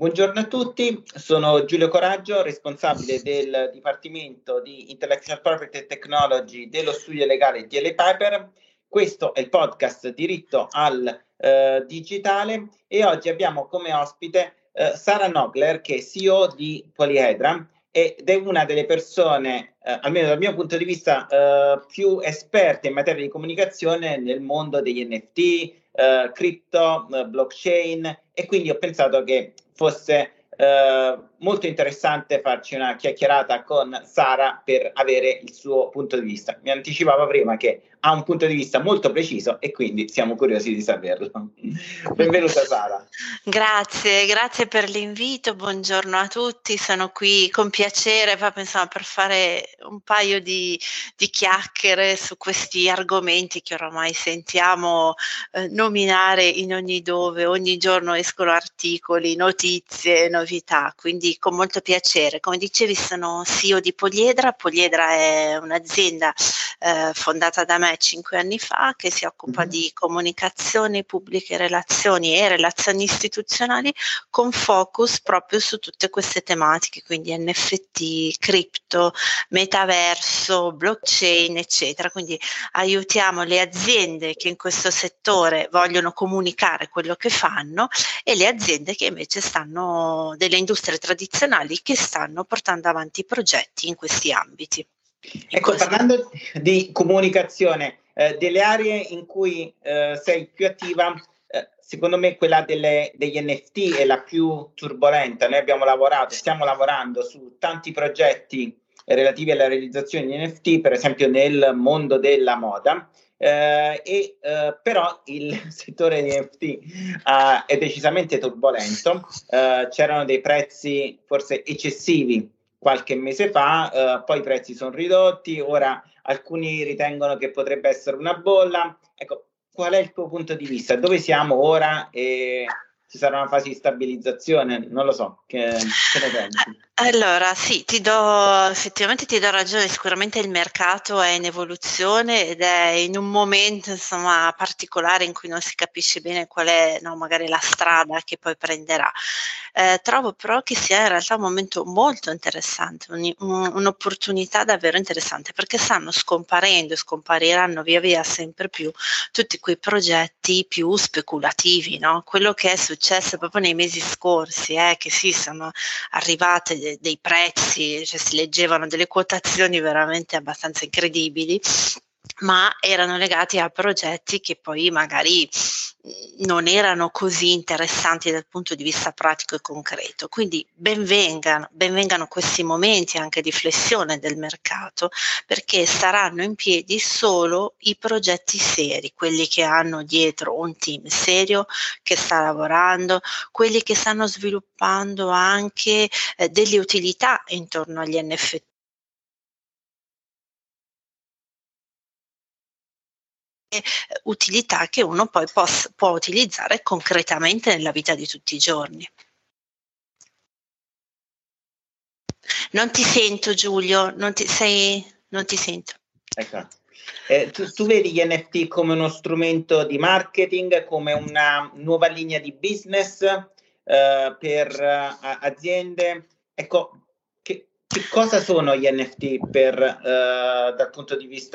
Buongiorno a tutti, sono Giulio Coraggio, responsabile del Dipartimento di Intellectual Property e Technology dello studio legale DL Piper. Questo è il podcast Diritto al Digitale e oggi abbiamo come ospite Sara Nogler, che è CEO di Polyhedra ed è una delle persone, almeno dal mio punto di vista, più esperte in materia di comunicazione nel mondo degli NFT, crypto, blockchain, e quindi ho pensato che fosse molto interessante farci una chiacchierata con Sara per avere il suo punto di vista. Mi anticipava prima che ha un punto di vista molto preciso e quindi siamo curiosi di saperlo. Benvenuta Sara. Grazie per l'invito, buongiorno a tutti, sono qui con piacere per fare un paio di chiacchiere su questi argomenti che oramai sentiamo nominare in ogni dove, ogni giorno escono articoli, notizie, novità, quindi con molto piacere. Come dicevi, sono CEO di Polyhedra. Polyhedra è un'azienda fondata da me 5 anni fa, che si occupa di comunicazione, pubbliche relazioni e relazioni istituzionali, con focus proprio su tutte queste tematiche, quindi NFT, cripto, metaverso, blockchain, eccetera. Quindi aiutiamo le aziende che in questo settore vogliono comunicare quello che fanno e le aziende che invece delle industrie tradizionali che stanno portando avanti progetti in questi ambiti. Ecco, parlando di comunicazione, delle aree in cui sei più attiva, secondo me quella degli NFT è la più turbolenta. Noi stiamo lavorando su tanti progetti relativi alla realizzazione di NFT, per esempio nel mondo della moda, però il settore di NFT è decisamente turbolento. C'erano dei prezzi forse eccessivi qualche mese fa, poi i prezzi sono ridotti, ora alcuni ritengono che potrebbe essere una bolla. Ecco, qual è il tuo punto di vista? Dove siamo ora e ci sarà una fase di stabilizzazione? Non lo so, che ne pensi? Allora, sì, effettivamente ti do ragione, sicuramente il mercato è in evoluzione ed è in un momento, insomma, particolare in cui non si capisce bene qual è, no, magari la strada che poi prenderà. Trovo però che sia in realtà un momento molto interessante, un'opportunità davvero interessante, perché stanno scomparendo e scompariranno via via sempre più tutti quei progetti più speculativi, no? Quello che è successo proprio nei mesi scorsi, che sì, sono arrivate dei prezzi, cioè si leggevano delle quotazioni veramente abbastanza incredibili, ma erano legati a progetti che poi magari non erano così interessanti dal punto di vista pratico e concreto. Quindi benvengano questi momenti anche di flessione del mercato, perché saranno in piedi solo i progetti seri, quelli che hanno dietro un team serio che sta lavorando, quelli che stanno sviluppando anche delle utilità intorno agli NFT. Utilità che uno poi può utilizzare concretamente nella vita di tutti i giorni. Non ti sento, Giulio, non ti sento. Ecco. Tu vedi gli NFT come uno strumento di marketing, come una nuova linea di business per aziende? Ecco, che cosa sono gli NFT dal punto di vista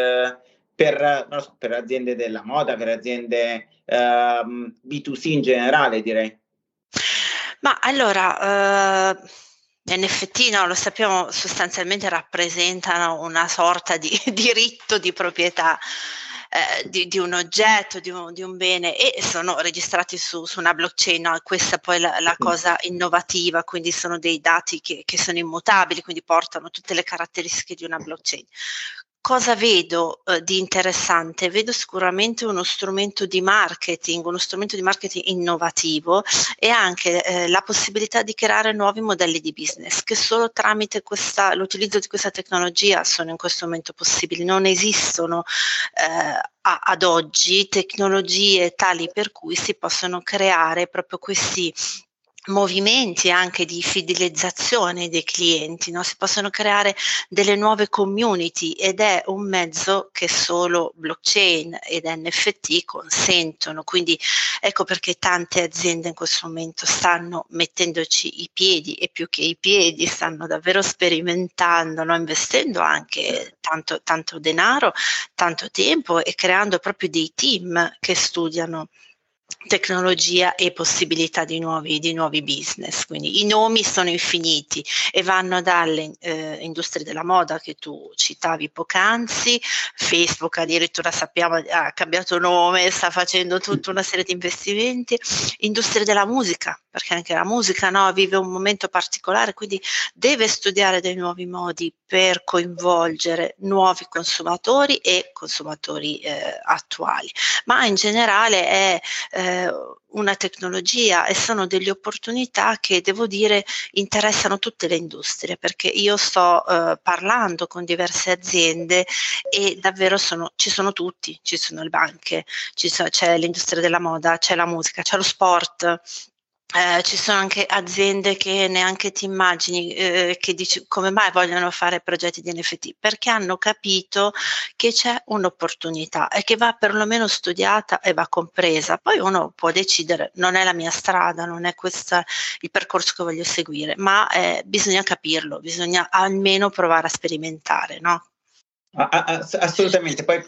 per aziende della moda, per aziende B2C in generale, direi? Ma allora, NFT, no, lo sappiamo, sostanzialmente rappresentano una sorta di diritto di proprietà di un oggetto, di un bene, e sono registrati su una blockchain, no? Questa poi è la cosa innovativa, quindi sono dei dati che sono immutabili, quindi portano tutte le caratteristiche di una blockchain. Cosa vedo di interessante? Vedo sicuramente uno strumento di marketing innovativo e anche la possibilità di creare nuovi modelli di business che solo tramite l'utilizzo di questa tecnologia sono in questo momento possibili. Non esistono ad oggi tecnologie tali per cui si possono creare proprio questi movimenti anche di fidelizzazione dei clienti, no? Si possono creare delle nuove community ed è un mezzo che solo blockchain ed NFT consentono. Quindi ecco perché tante aziende in questo momento stanno mettendoci i piedi e più che i piedi stanno davvero sperimentando, no? Investendo anche tanto denaro, tanto tempo e creando proprio dei team che studiano tecnologia e possibilità di nuovi business. Quindi i nomi sono infiniti e vanno dalle industrie della moda che tu citavi poc'anzi, Facebook addirittura sappiamo ha cambiato nome, sta facendo tutta una serie di investimenti, industria della musica, perché anche la musica, no, vive un momento particolare, quindi deve studiare dei nuovi modi per coinvolgere nuovi consumatori e consumatori attuali, ma in generale è una tecnologia e sono delle opportunità che devo dire interessano tutte le industrie, perché io sto parlando con diverse aziende e davvero ci sono tutti, ci sono le banche, c'è l'industria della moda, c'è la musica, c'è lo sport. Ci sono anche aziende che neanche ti immagini, che dici come mai vogliono fare progetti di NFT, perché hanno capito che c'è un'opportunità e che va perlomeno studiata e va compresa. Poi uno può decidere, non è la mia strada, non è questo il percorso che voglio seguire, ma bisogna capirlo, bisogna almeno provare a sperimentare, no? Assolutamente. Poi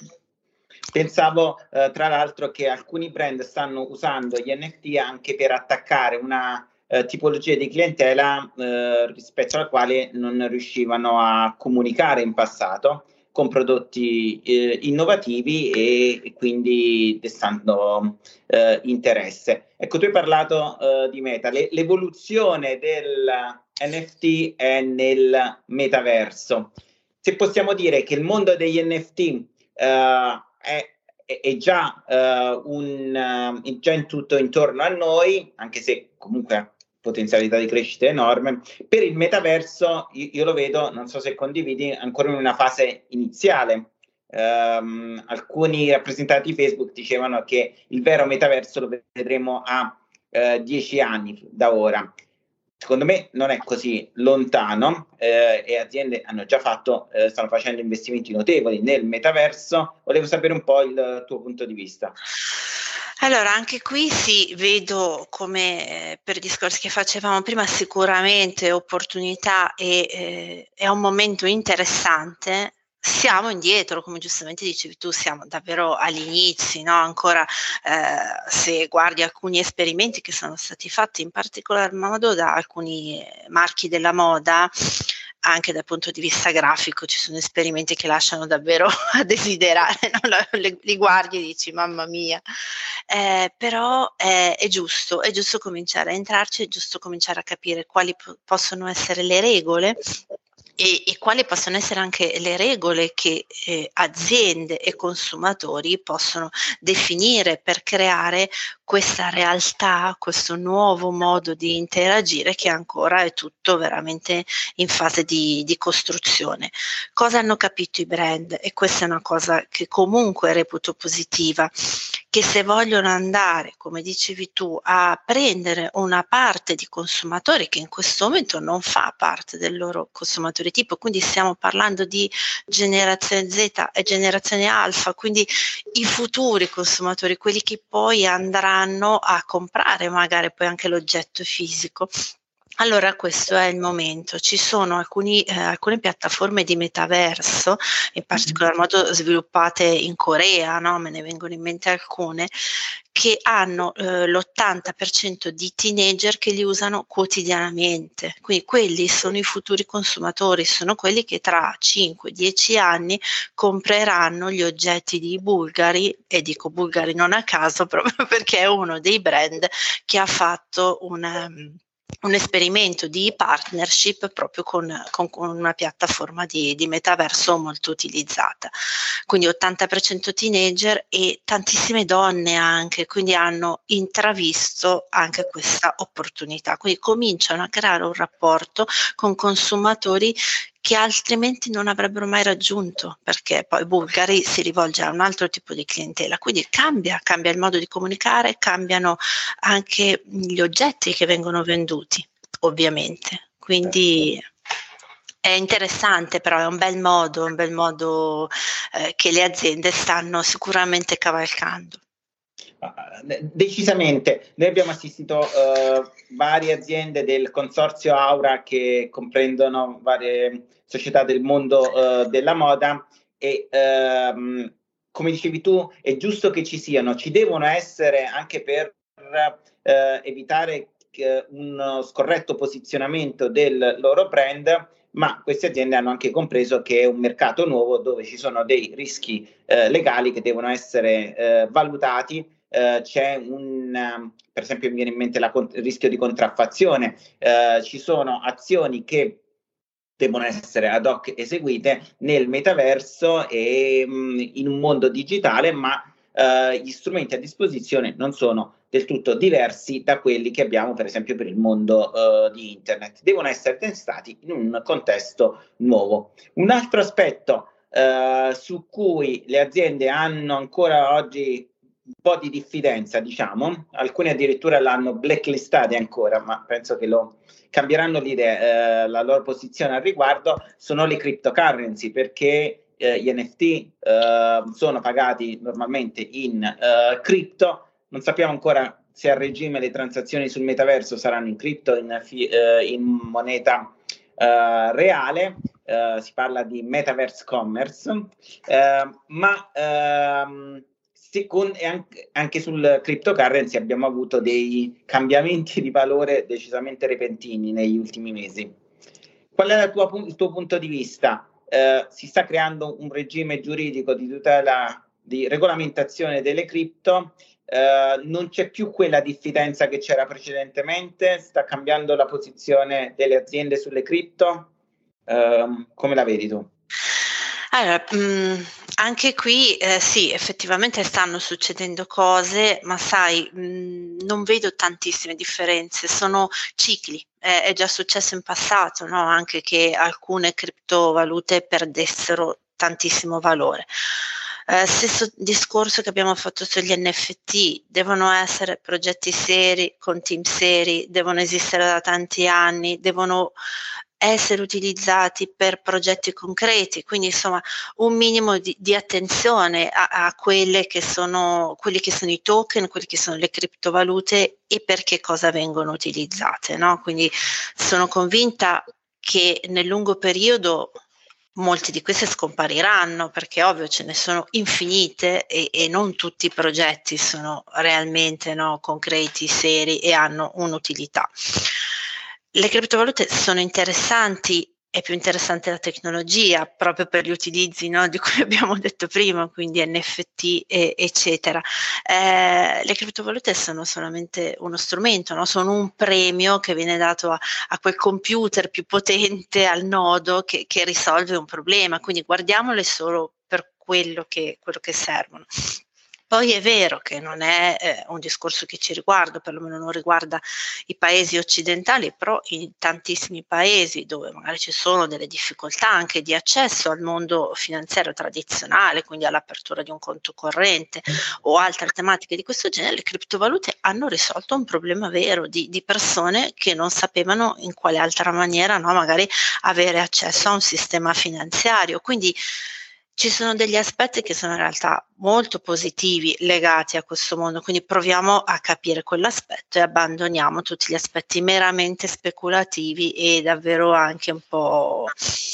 pensavo tra l'altro che alcuni brand stanno usando gli NFT anche per attaccare una tipologia di clientela rispetto alla quale non riuscivano a comunicare in passato con prodotti innovativi e quindi destando interesse. Ecco, tu hai parlato di Meta, l'evoluzione del NFT è nel metaverso. Se possiamo dire che il mondo degli NFT è già, già in tutto intorno a noi, anche se comunque ha potenzialità di crescita enorme, per il metaverso io lo vedo, non so se condividi, ancora in una fase iniziale. Alcuni rappresentanti di Facebook dicevano che il vero metaverso lo vedremo a 10 anni da ora. Secondo me non è così lontano e aziende hanno già stanno facendo investimenti notevoli nel metaverso. Volevo sapere un po' il tuo punto di vista. Allora, anche qui sì, vedo come per i discorsi che facevamo prima, sicuramente opportunità e è un momento interessante. Siamo indietro, come giustamente dicevi tu, siamo davvero agli inizi, no? Ancora se guardi alcuni esperimenti che sono stati fatti in particolar modo da alcuni marchi della moda, anche dal punto di vista grafico ci sono esperimenti che lasciano davvero a desiderare, no? Li guardi e dici mamma mia, però è giusto cominciare a entrarci, è giusto cominciare a capire quali possono essere le regole e quali possono essere anche le regole che aziende e consumatori possono definire per creare questa realtà, questo nuovo modo di interagire che ancora è tutto veramente in fase di costruzione. Cosa hanno capito i brand? E questa è una cosa che comunque reputo positiva, che se vogliono andare, come dicevi tu, a prendere una parte di consumatori che in questo momento non fa parte del loro consumatore tipo, quindi stiamo parlando di generazione Z e generazione alfa, quindi i futuri consumatori, quelli che poi andranno a comprare magari poi anche l'oggetto fisico. Allora questo è il momento. Ci sono alcune piattaforme di metaverso, in particolar modo sviluppate in Corea, no? Me ne vengono in mente alcune, che hanno l'80% di teenager che li usano quotidianamente. Quindi quelli sono i futuri consumatori, sono quelli che tra 5-10 anni compreranno gli oggetti di Bulgari, e dico Bulgari non a caso proprio perché è uno dei brand che ha fatto un esperimento di partnership proprio con una piattaforma di metaverso molto utilizzata. Quindi 80% teenager e tantissime donne anche, quindi hanno intravisto anche questa opportunità. Quindi cominciano a creare un rapporto con consumatori che altrimenti non avrebbero mai raggiunto, perché poi Bulgari si rivolge a un altro tipo di clientela, quindi cambia il modo di comunicare, cambiano anche gli oggetti che vengono venduti, ovviamente. Quindi è interessante, però è un bel modo che le aziende stanno sicuramente cavalcando. Decisamente, noi abbiamo assistito varie aziende del consorzio Aura che comprendono varie società del mondo della moda e come dicevi tu è giusto che ci siano, ci devono essere anche per evitare uno scorretto posizionamento del loro brand, ma queste aziende hanno anche compreso che è un mercato nuovo dove ci sono dei rischi legali che devono essere valutati. C'è per esempio mi viene in mente il rischio di contraffazione, ci sono azioni che devono essere ad hoc eseguite nel metaverso e in un mondo digitale, ma gli strumenti a disposizione non sono del tutto diversi da quelli che abbiamo per esempio per il mondo di internet, devono essere testati in un contesto nuovo. Un altro aspetto su cui le aziende hanno ancora oggi un po' di diffidenza, diciamo, alcune addirittura l'hanno blacklistate ancora, ma penso che lo cambieranno l'idea, la loro posizione al riguardo, sono le cryptocurrency, perché gli NFT sono pagati normalmente in cripto, non sappiamo ancora se a regime le transazioni sul metaverso saranno in cripto, in moneta reale, si parla di metaverse commerce, ma anche sul cryptocurrency abbiamo avuto dei cambiamenti di valore decisamente repentini negli ultimi mesi. Qual è il tuo punto di vista? Si sta creando un regime giuridico di tutela, di regolamentazione delle cripto, non c'è più quella diffidenza che c'era precedentemente, sta cambiando la posizione delle aziende sulle cripto, come la vedi tu? Allora, anche qui sì, effettivamente stanno succedendo cose, ma sai, non vedo tantissime differenze, sono cicli. È già successo in passato, no? Anche che alcune criptovalute perdessero tantissimo valore. Stesso discorso che abbiamo fatto sugli NFT, devono essere progetti seri, con team seri, devono esistere da tanti anni, devono essere utilizzati per progetti concreti, quindi insomma un minimo di attenzione a quelli che sono i token, quelli che sono le criptovalute e per che cosa vengono utilizzate, no? Quindi sono convinta che nel lungo periodo molti di questi scompariranno, perché ovvio ce ne sono infinite e non tutti i progetti sono realmente, no, concreti, seri e hanno un'utilità. Le criptovalute sono interessanti, è più interessante la tecnologia proprio per gli utilizzi, no, di cui abbiamo detto prima, quindi NFT eccetera. Le criptovalute sono solamente uno strumento, no? Sono un premio che viene dato a quel computer più potente, al nodo che risolve un problema, quindi guardiamole solo per quello che servono. Poi è vero che non è un discorso che ci riguarda, perlomeno non riguarda i paesi occidentali, però in tantissimi paesi dove magari ci sono delle difficoltà anche di accesso al mondo finanziario tradizionale, quindi all'apertura di un conto corrente o altre tematiche di questo genere, le criptovalute hanno risolto un problema vero di persone che non sapevano in quale altra maniera, no, magari avere accesso a un sistema finanziario. Quindi ci sono degli aspetti che sono in realtà molto positivi legati a questo mondo, quindi proviamo a capire quell'aspetto e abbandoniamo tutti gli aspetti meramente speculativi e davvero anche un po'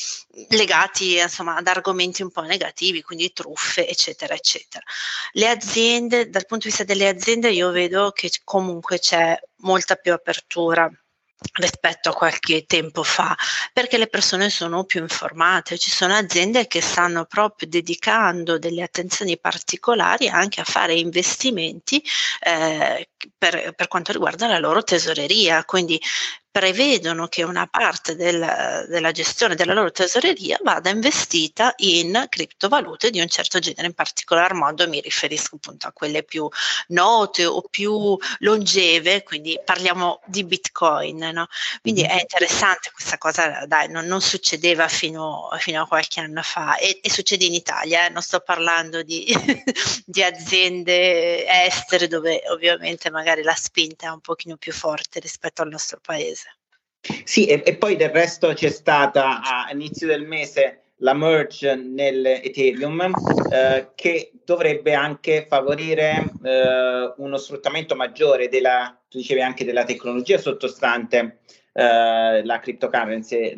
legati insomma ad argomenti un po' negativi, quindi truffe eccetera eccetera. Le aziende, dal punto di vista delle aziende io vedo che comunque c'è molta più apertura rispetto a qualche tempo fa, perché le persone sono più informate, ci sono aziende che stanno proprio dedicando delle attenzioni particolari anche a fare investimenti per quanto riguarda la loro tesoreria, quindi prevedono che una parte della gestione della loro tesoreria vada investita in criptovalute di un certo genere, in particolar modo mi riferisco appunto a quelle più note o più longeve, quindi parliamo di Bitcoin, no? Quindi è interessante questa cosa, dai, non succedeva fino a qualche anno fa e succede in Italia, non sto parlando di, di aziende estere dove ovviamente magari la spinta è un pochino più forte rispetto al nostro paese. Sì, e poi del resto c'è stata all'inizio del mese la merge nell'Ethereum che dovrebbe anche favorire uno sfruttamento maggiore tu dicevi anche della tecnologia sottostante la cryptocurrency,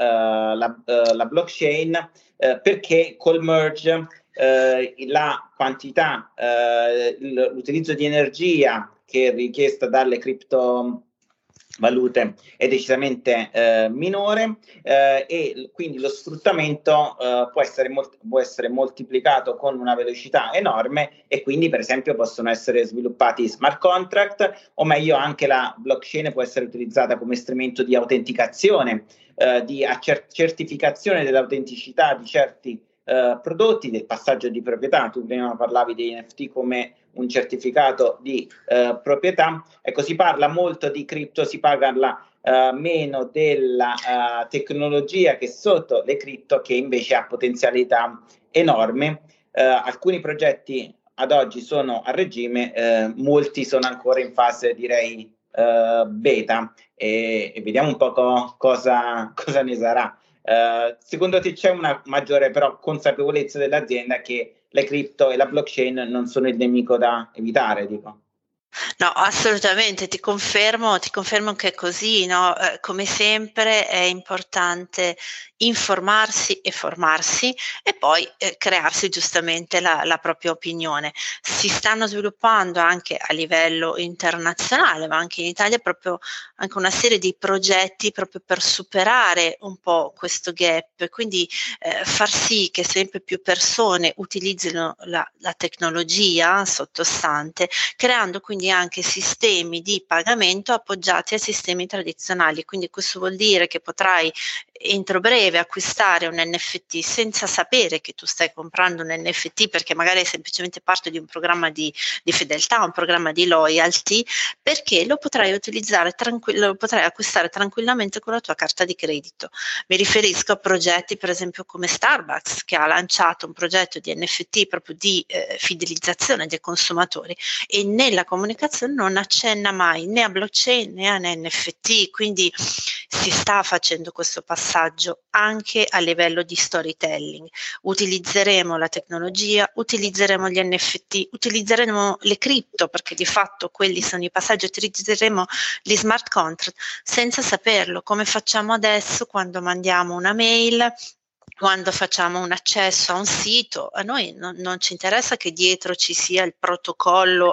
la blockchain, perché col merge la quantità, l'utilizzo di energia che è richiesta dalle criptovalute è decisamente minore e quindi lo sfruttamento può essere moltiplicato con una velocità enorme e quindi per esempio possono essere sviluppati smart contract o meglio anche la blockchain può essere utilizzata come strumento di autenticazione, di certificazione dell'autenticità di certi prodotti, del passaggio di proprietà. Tu prima parlavi dei NFT come un certificato di proprietà. Ecco, si parla molto di cripto, si parla meno della tecnologia che sotto le cripto, che invece ha potenzialità enorme. Alcuni progetti ad oggi sono a regime, molti sono ancora in fase, direi, beta e vediamo un po' cosa ne sarà. Secondo te c'è una maggiore però consapevolezza dell'azienda che le cripto e la blockchain non sono il nemico da evitare, dico? No, assolutamente, ti confermo che è così, no? Come sempre è importante informarsi e formarsi e poi crearsi giustamente la propria opinione. Si stanno sviluppando anche a livello internazionale, ma anche in Italia, proprio anche una serie di progetti proprio per superare un po' questo gap, quindi far sì che sempre più persone utilizzino la tecnologia sottostante, creando quindi anche sistemi di pagamento appoggiati a sistemi tradizionali. Quindi questo vuol dire che potrai entro breve acquistare un NFT senza sapere che tu stai comprando un NFT, perché magari è semplicemente parte di un programma di fedeltà, un programma di loyalty, perché lo potrai utilizzare lo potrai acquistare tranquillamente con la tua carta di credito. Mi riferisco a progetti per esempio come Starbucks, che ha lanciato un progetto di NFT proprio di fidelizzazione dei consumatori e nella comunicazione non accenna mai né a blockchain né a NFT, quindi si sta facendo questo passaggio anche a livello di storytelling. Utilizzeremo la tecnologia, utilizzeremo gli NFT, utilizzeremo le cripto, perché di fatto quelli sono i passaggi, utilizzeremo gli smart contract senza saperlo, come facciamo adesso quando mandiamo una mail, quando facciamo un accesso a un sito. A noi non ci interessa che dietro ci sia il protocollo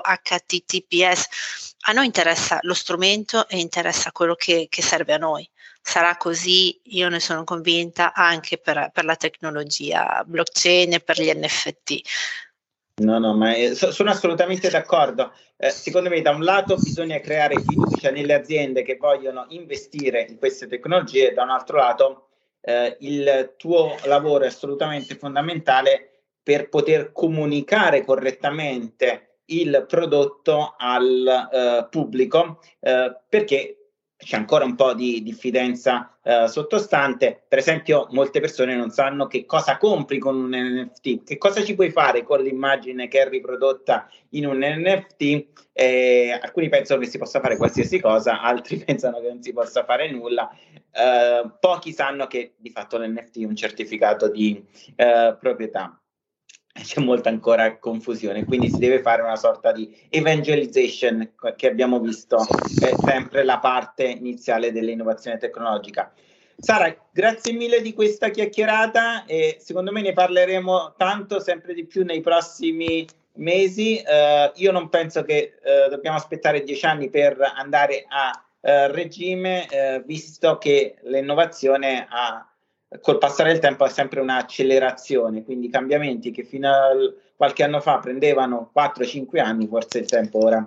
HTTPS, a noi interessa lo strumento e interessa quello che serve a noi. Sarà così, io ne sono convinta, anche per la tecnologia blockchain e per gli NFT. No, ma sono assolutamente d'accordo. Secondo me, da un lato bisogna creare fiducia nelle aziende che vogliono investire in queste tecnologie, da un altro lato il tuo lavoro è assolutamente fondamentale per poter comunicare correttamente il prodotto al pubblico, perché c'è ancora un po' di diffidenza sottostante. Per esempio, molte persone non sanno che cosa compri con un NFT, che cosa ci puoi fare con l'immagine che è riprodotta in un NFT. Alcuni pensano che si possa fare qualsiasi cosa, altri pensano che non si possa fare nulla. Pochi sanno che di fatto l'NFT è un certificato di proprietà. C'è molta ancora confusione, quindi si deve fare una sorta di evangelization che abbiamo visto, è sempre la parte iniziale dell'innovazione tecnologica. Sara, grazie mille di questa chiacchierata e secondo me ne parleremo tanto, sempre di più nei prossimi mesi. Io non penso che dobbiamo aspettare 10 anni per andare a regime, visto che l'innovazione col passare del tempo ha sempre un'accelerazione, quindi cambiamenti che fino a qualche anno fa prendevano 4-5 anni, forse il tempo ora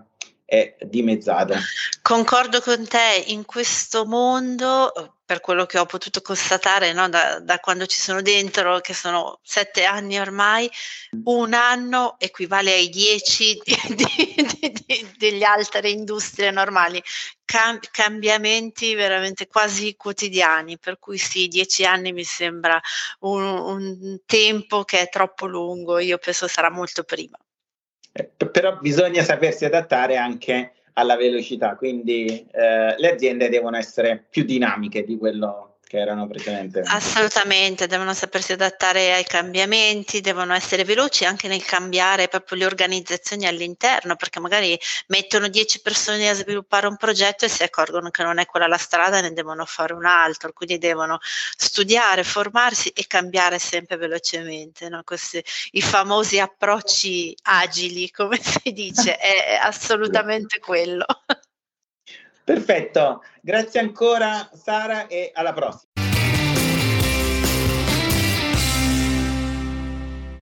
è dimezzato. Concordo con te, in questo mondo, per quello che ho potuto constatare, no, da quando ci sono dentro, che sono 7 anni ormai, 1 anno equivale ai 10 degli altre industrie normali. Cambiamenti veramente quasi quotidiani, per cui sì, 10 anni mi sembra un tempo che è troppo lungo, io penso sarà molto prima. Però bisogna sapersi adattare anche alla velocità, quindi le aziende devono essere più dinamiche di quello che erano precedentemente. Assolutamente, devono sapersi adattare ai cambiamenti, devono essere veloci anche nel cambiare proprio le organizzazioni all'interno, perché magari mettono 10 persone a sviluppare un progetto e si accorgono che non è quella la strada, ne devono fare un altro, quindi devono studiare, formarsi e cambiare sempre velocemente, no? I famosi approcci agili, come si dice, è assolutamente quello. Perfetto, grazie ancora Sara e alla prossima.